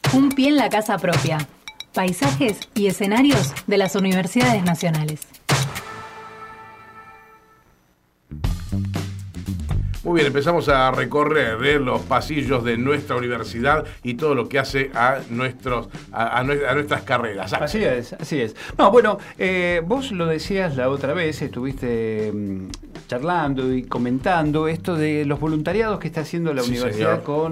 Un pie en la casa propia. Paisajes y escenarios de las universidades nacionales. Muy bien, empezamos a recorrer los pasillos de nuestra universidad y todo lo que hace a nuestras carreras. Así es, así es. No, bueno, vos lo decías la otra vez, estuviste charlando y comentando esto de los voluntariados que está haciendo la universidad con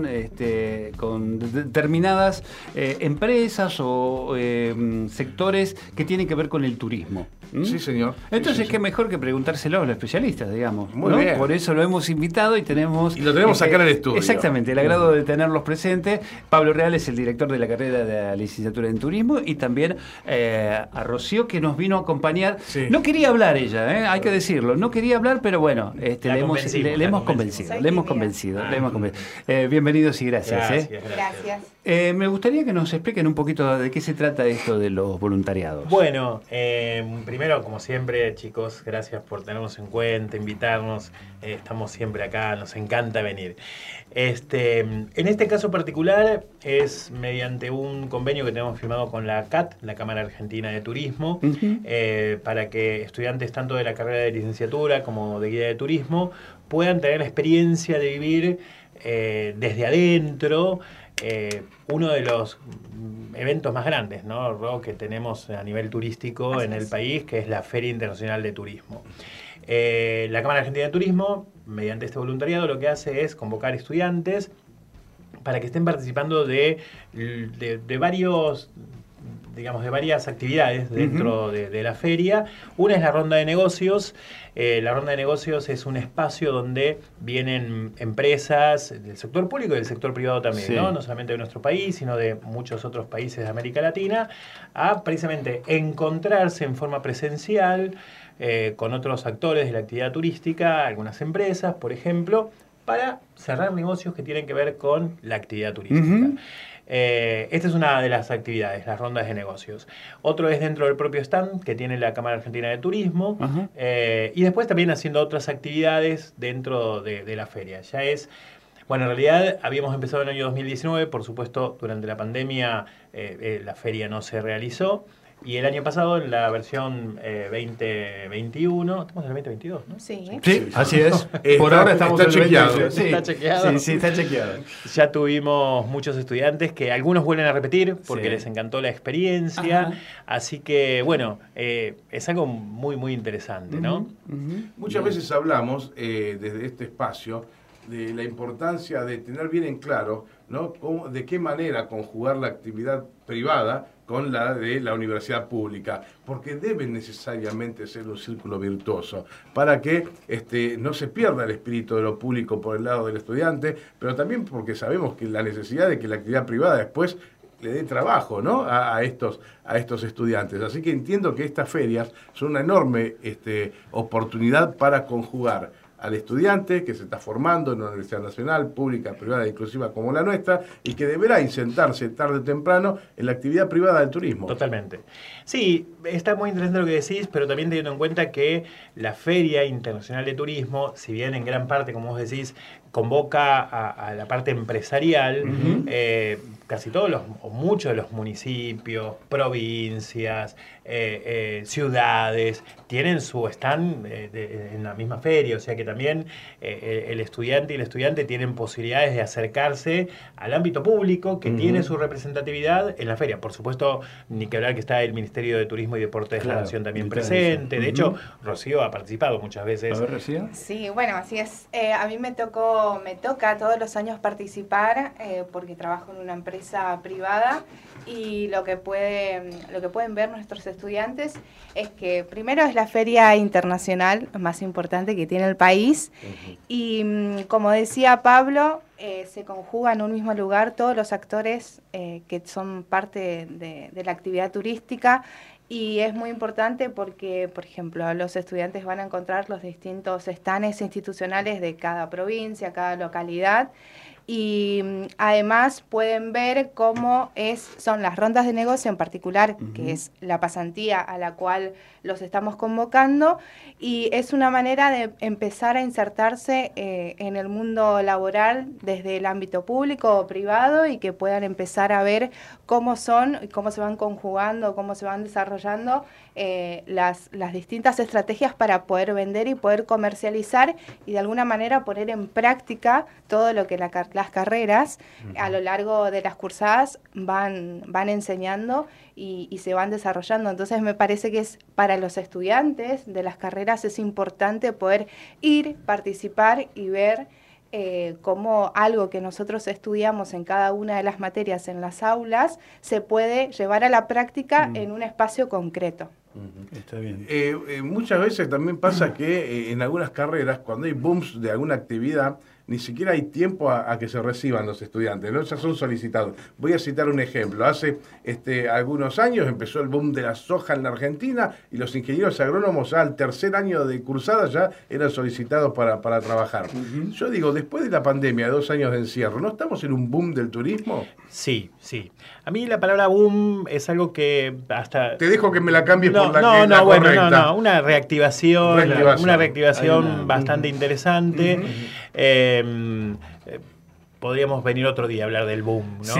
determinadas empresas o sectores que tienen que ver con el turismo. Sí, señor. Entonces, qué mejor que preguntárselo a los especialistas, digamos. Muy bien. Por eso lo hemos invitado y lo tenemos acá en el estudio. Exactamente, el agrado de tenerlos presentes. Pablo Real es el director de la carrera de la licenciatura en turismo, y también a Rocío, que nos vino a acompañar. Sí. No quería hablar ella, hay que decirlo. No quería hablar, pero bueno, le hemos convencido. Bienvenidos y gracias. Gracias. Me gustaría que nos expliquen un poquito de qué se trata esto de los voluntariados. Bueno, primero, como siempre, chicos, gracias por tenernos en cuenta, invitarnos. Estamos siempre acá, nos encanta venir. En este caso particular es mediante un convenio que tenemos firmado con la CAT, la Cámara Argentina de Turismo, para que estudiantes tanto de la carrera de licenciatura como de guía de turismo puedan tener la experiencia de vivir desde adentro uno de los eventos más grandes, ¿no, Ro, que tenemos a nivel turístico en el país, que es la Feria Internacional de Turismo. La Cámara Argentina de Turismo, mediante este voluntariado, lo que hace es convocar estudiantes para que estén participando de varios, digamos, de varias actividades dentro de la feria. Una es la ronda de negocios. La ronda de negocios es un espacio donde vienen empresas del sector público y del sector privado también, sí. ¿No? No solamente de nuestro país, sino de muchos otros países de América Latina, a precisamente encontrarse en forma presencial con otros actores de la actividad turística, algunas empresas, por ejemplo, para cerrar negocios que tienen que ver con la actividad turística. Esta es una de las actividades, las rondas de negocios. Otro es dentro del propio stand que tiene la Cámara Argentina de Turismo, y después también haciendo otras actividades dentro de la feria. Ya es, bueno, en realidad habíamos empezado en el año 2019, por supuesto durante la pandemia la feria no se realizó. Y el año pasado, en la versión 2021, estamos en el 2022, ¿no? Sí, así es. Por ahora estamos en el 2022. Sí, está chequeado. Sí, está chequeado. Ya tuvimos muchos estudiantes que algunos vuelven a repetir porque les encantó la experiencia. Ajá. Así que, bueno, es algo muy, muy interesante, ¿no? Muchas veces hablamos desde este espacio de la importancia de tener bien en claro, ¿no?, de qué manera conjugar la actividad privada con la de la universidad pública, porque debe necesariamente ser un círculo virtuoso, para que no se pierda el espíritu de lo público por el lado del estudiante, pero también porque sabemos que la necesidad de que la actividad privada después le dé trabajo, ¿no?, a estos estudiantes. Así que entiendo que estas ferias son una enorme oportunidad para conjugar al estudiante que se está formando en una universidad nacional, pública, privada, inclusiva como la nuestra, y que deberá insertarse tarde o temprano en la actividad privada del turismo. Totalmente. Sí, está muy interesante lo que decís, pero también teniendo en cuenta que la Feria Internacional de Turismo, si bien en gran parte, como vos decís, convoca a la parte empresarial, casi todos o muchos de los municipios, provincias, ciudades, tienen su stand en la misma feria, o sea que también el estudiante y el estudiante tienen posibilidades de acercarse al ámbito público que tiene su representatividad en la feria. Por supuesto, ni que hablar que está el Ministerio de Turismo y Deportes de la Nación también presente. De hecho, Rocío ha participado muchas veces. A ver, Rocío. Sí, bueno, así es. A mí me toca todos los años participar porque trabajo en una empresa privada, y lo que pueden ver nuestros estudiantes es que primero es la feria internacional más importante que tiene el país, y como decía Pablo, se conjugan en un mismo lugar todos los actores que son parte de la actividad turística. Y es muy importante porque, por ejemplo, los estudiantes van a encontrar los distintos stands institucionales de cada provincia, cada localidad, Y además pueden ver cómo son las rondas de negocio en particular, que es la pasantía a la cual los estamos convocando, y es una manera de empezar a insertarse en el mundo laboral desde el ámbito público o privado, y que puedan empezar a ver cómo son y cómo se van conjugando, cómo se van desarrollando las distintas estrategias para poder vender y poder comercializar, y de alguna manera poner en práctica todo lo que las carreras a lo largo de las cursadas van enseñando y se van desarrollando. Entonces me parece que para los estudiantes de las carreras es importante poder ir, participar y ver cómo algo que nosotros estudiamos en cada una de las materias en las aulas se puede llevar a la práctica en un espacio concreto. Está bien. Muchas veces también pasa que en algunas carreras, cuando hay booms de alguna actividad, ni siquiera hay tiempo a que se reciban los estudiantes, ¿no? Ya son solicitados. Voy a citar un ejemplo. Hace algunos años empezó el boom de la soja en la Argentina, y los ingenieros agrónomos al tercer año de cursada ya eran solicitados para trabajar. Yo digo, después de la pandemia, 2 años de encierro, ¿no estamos en un boom del turismo? Sí, sí. A mí la palabra boom es algo que hasta... Te dejo que me la cambies por la correcta. No, una reactivación bastante interesante. Podríamos venir otro día a hablar del boom, ¿no?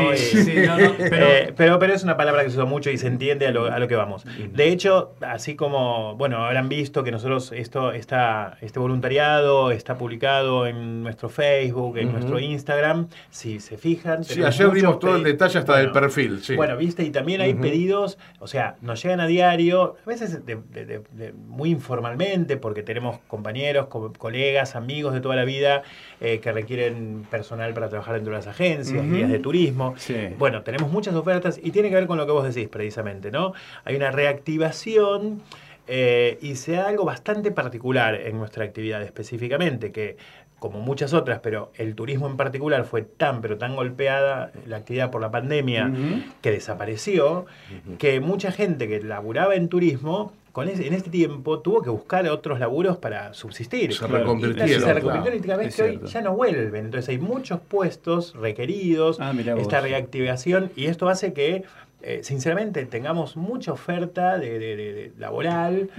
Pero es una palabra que se usa mucho y se entiende a lo que vamos. De hecho, así como, bueno, habrán visto que nosotros este voluntariado está publicado en nuestro Facebook, en nuestro Instagram, si se fijan. Sí, ayer dimos todo el detalle hasta del perfil. Sí. Bueno, viste, y también hay pedidos, o sea, nos llegan a diario, a veces muy informalmente, porque tenemos compañeros, colegas, amigos de toda la vida que requieren personal para trabajar dentro de las agencias, guías de turismo. Sí. Bueno, tenemos muchas ofertas y tiene que ver con lo que vos decís precisamente, ¿no? Hay una reactivación y se da algo bastante particular en nuestra actividad específicamente, que como muchas otras, pero el turismo en particular fue tan golpeada la actividad por la pandemia que desapareció, que mucha gente que laburaba en turismo en este tiempo tuvo que buscar otros laburos para subsistir. Se reconvirtieron. Y cada vez que hoy ya no vuelven. Entonces hay muchos puestos requeridos, esta reactivación, y esto hace que sinceramente tengamos mucha oferta de laboral.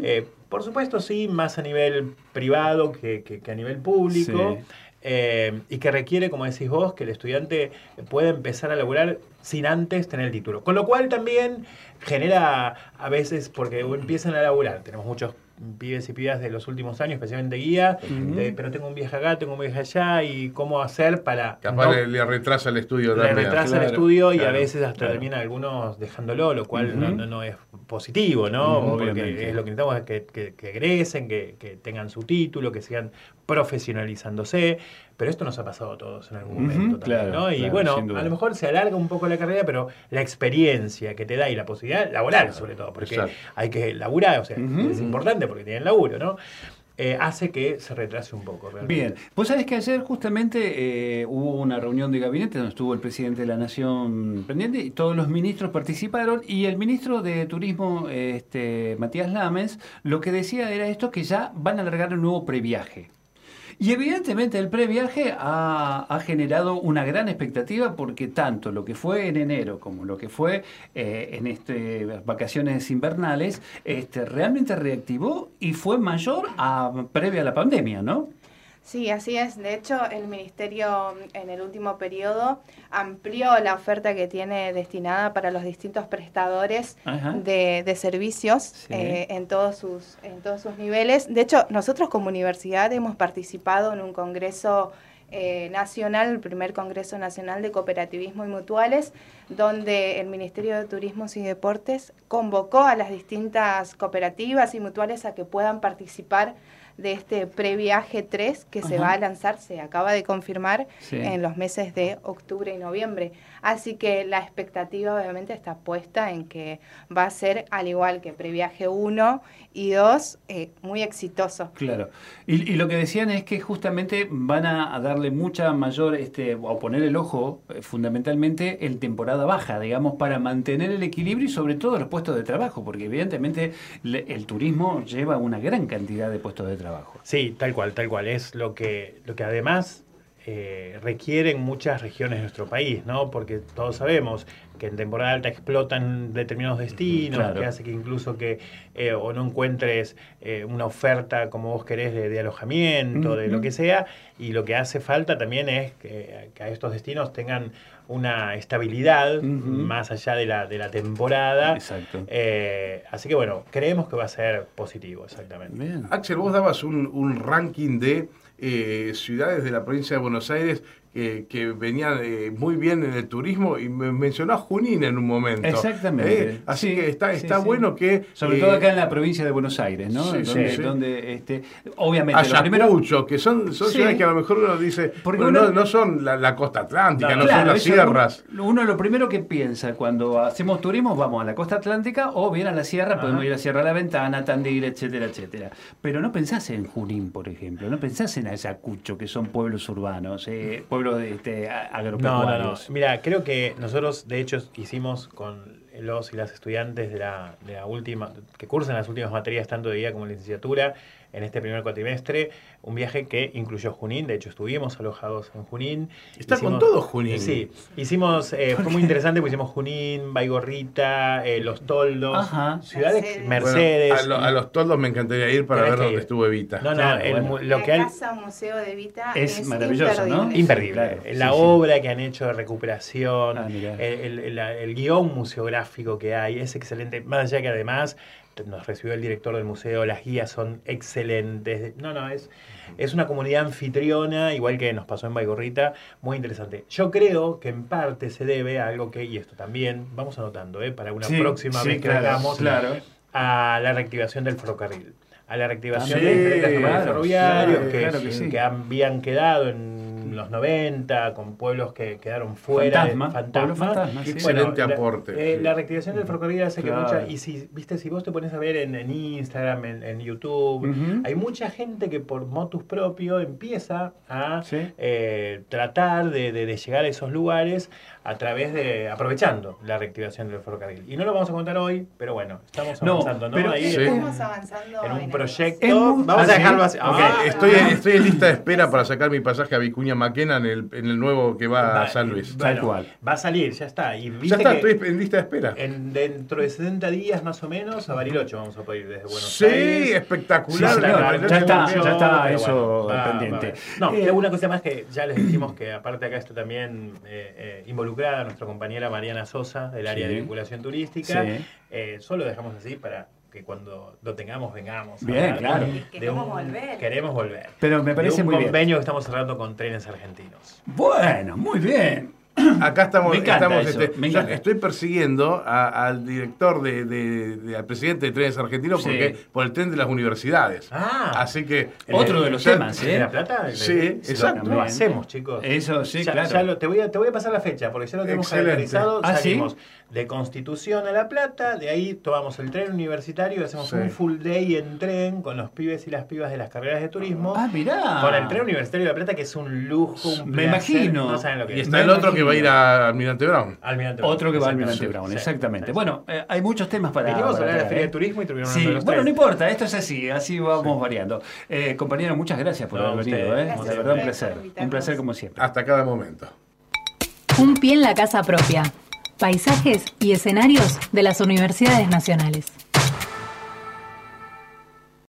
Por supuesto, sí, más a nivel privado que a nivel público. Sí. Y que requiere, como decís vos, que el estudiante pueda empezar a laburar sin antes tener el título. Con lo cual también genera a veces, porque empiezan a laburar, tenemos muchos pibes y pibas de los últimos años, especialmente guía, pero tengo un viaje acá, tengo un viaje allá, y cómo hacer para... Capaz le retrasa el estudio también. Le retrasa el estudio y a veces hasta termina algunos dejándolo, lo cual no es positivo, ¿no? Porque es lo que necesitamos, es que egresen, que tengan su título, que sigan profesionalizándose, pero esto nos ha pasado a todos en algún momento también, ¿no? Y bueno, a lo mejor se alarga un poco la carrera, pero la experiencia que te da y la posibilidad laboral, sobre todo, porque hay que laburar, o sea, es importante porque tienen laburo, ¿no? Hace que se retrase un poco. Realmente. Bien, vos sabés que ayer justamente hubo una reunión de gabinete donde estuvo el presidente de la Nación pendiente y todos los ministros participaron, y el ministro de Turismo, Matías Lames, lo que decía era esto, que ya van a alargar un nuevo previaje. Y evidentemente el previaje ha generado una gran expectativa, porque tanto lo que fue en enero como lo que fue en vacaciones invernales realmente reactivó y fue mayor previa a la pandemia, ¿no? Sí, así es. De hecho, el Ministerio en el último periodo amplió la oferta que tiene destinada para los distintos prestadores de servicios en todos sus niveles. De hecho, nosotros como universidad hemos participado en un congreso nacional, el primer Congreso Nacional de Cooperativismo y Mutuales, donde el Ministerio de Turismo y Deportes convocó a las distintas cooperativas y mutuales a que puedan participar de este previaje 3 que se va a lanzar, se acaba de confirmar en los meses de octubre y noviembre. Así que la expectativa obviamente está puesta en que va a ser, al igual que previaje 1 y 2, muy exitoso. Claro. Y lo que decían es que justamente van a darle mucha mayor, o poner el ojo fundamentalmente en temporada baja, digamos, para mantener el equilibrio y sobre todo los puestos de trabajo, porque evidentemente el turismo lleva una gran cantidad de puestos de trabajo. Sí, tal cual. Es lo que además requieren muchas regiones de nuestro país, ¿no? Porque todos sabemos que en temporada alta explotan determinados destinos, claro, que hace que incluso que o no encuentres una oferta como vos querés de alojamiento, de lo que sea, y lo que hace falta también es que a estos destinos tengan una estabilidad más allá de la temporada. Exacto. Así que bueno, creemos que va a ser positivo, exactamente. Bien. Axel, vos dabas un ranking de ciudades de la provincia de Buenos Aires que venían muy bien en el turismo y me mencionó a Junín en un momento. Exactamente. Así Sí, que está sí. bueno que... Sobre todo acá en la provincia de Buenos Aires, ¿no? Sí, donde obviamente lo Ayacucho, que son ciudades que a lo mejor uno dice, Porque bueno, uno- no son la costa atlántica, no claro, son las eso sierras. Uno lo primero que piensa cuando hacemos turismo, vamos a la costa atlántica o bien a la sierra, podemos ir a Sierra de la Ventana, Tandil, etcétera, etcétera. Pero no pensás en Junín, por ejemplo, no pensás en Ayacucho, que son pueblos urbanos, pueblos agropecuarios. No. Mira, creo que nosotros, de hecho, hicimos con los y las estudiantes de la última, que cursan las últimas materias, tanto de guía como de licenciatura, en este primer cuatrimestre, un viaje que incluyó Junín. De hecho, estuvimos alojados en Junín. Está con todo Junín. Sí, hicimos, fue muy interesante porque hicimos Junín, Baigorrita, Los Toldos, Ajá. ciudades, Mercedes. Mercedes. Bueno, a los toldos me encantaría ir para Tenés ver que dónde ir. estuvo Evita. No, Claro, lo que La hay... Casa Museo de Evita Es es maravilloso, ¿no? Imperdible. Claro, La sí, obra que han hecho de recuperación, mirá. el guión museográfico que hay es excelente. Más allá que además nos recibió el director del museo, las guías son excelentes. Es una comunidad anfitriona, igual que nos pasó en Baigorrita, muy interesante. Yo creo que en parte se debe a algo que, y esto también, vamos anotando, para una próxima vez que hagamos, a la reactivación del ferrocarril. A la reactivación de diferentes terminales ferroviarios que habían quedado en los 90 con pueblos que quedaron fuera fantasma. Qué excelente aporte. La reactivación del ferrocarril hace que y si vos te pones a ver en Instagram, en YouTube, hay mucha gente que por motus propio empieza a tratar de llegar a esos lugares a través aprovechando la reactivación del ferrocarril. Y no lo vamos a contar hoy, pero bueno, estamos avanzando, ¿no? Pero Ahí estamos avanzando en un el proyecto. negocio. Vamos a dejarlo así. Estoy en lista de espera para sacar mi pasaje a Vicuña Maquena en el nuevo que va a San Luis. Tal cual. Va a salir, ya está. Y Ya está, estoy en lista de espera. Dentro de 70 días más o menos a Bariloche vamos a poder ir desde Buenos Sí, Aires. espectacular. Sí, señor. La Ya está pero eso bueno, pendiente. No, y alguna cosa más que ya les dijimos que aparte acá está también involucrada nuestra compañera Mariana Sosa del área de vinculación turística. Solo dejamos así para que cuando lo tengamos vengamos. Bien, claro. Queremos volver. Pero me parece muy un bien. convenio que estamos cerrando con Trenes Argentinos. Bueno, muy bien. Acá estamos, Me encanta eso, me yo encanta. estoy persiguiendo al director al presidente de Trenes Argentinos por el tren de las universidades. Así que otro de los temas, ¿De La Plata? Sí, exacto. Lo hacemos, chicos. Eso sí, claro. Te voy a pasar la fecha, porque ya lo tenemos caracterizado. Salimos de Constitución a La Plata, de ahí tomamos el tren universitario y hacemos un full day en tren con los pibes y las pibas de las carreras de turismo. Mirá. Con el tren universitario de La Plata, que es un lujo, un Me placer. imagino. No saben lo que Y es. está el otro que va a ir a Almirante Brown. Otro que va al Almirante Brown, Sí, exactamente. sí. Bueno, hay muchos temas para... Venimos a hablar de la tratar, Feria de Turismo y terminamos hablando de los bueno, no trenes. importa, esto es así vamos variando. Compañero, muchas gracias por haber venido. Gracias De verdad, un por placer. invitarnos. Un placer como siempre. Hasta cada momento. Un pie en la casa propia. Paisajes y escenarios de las universidades nacionales.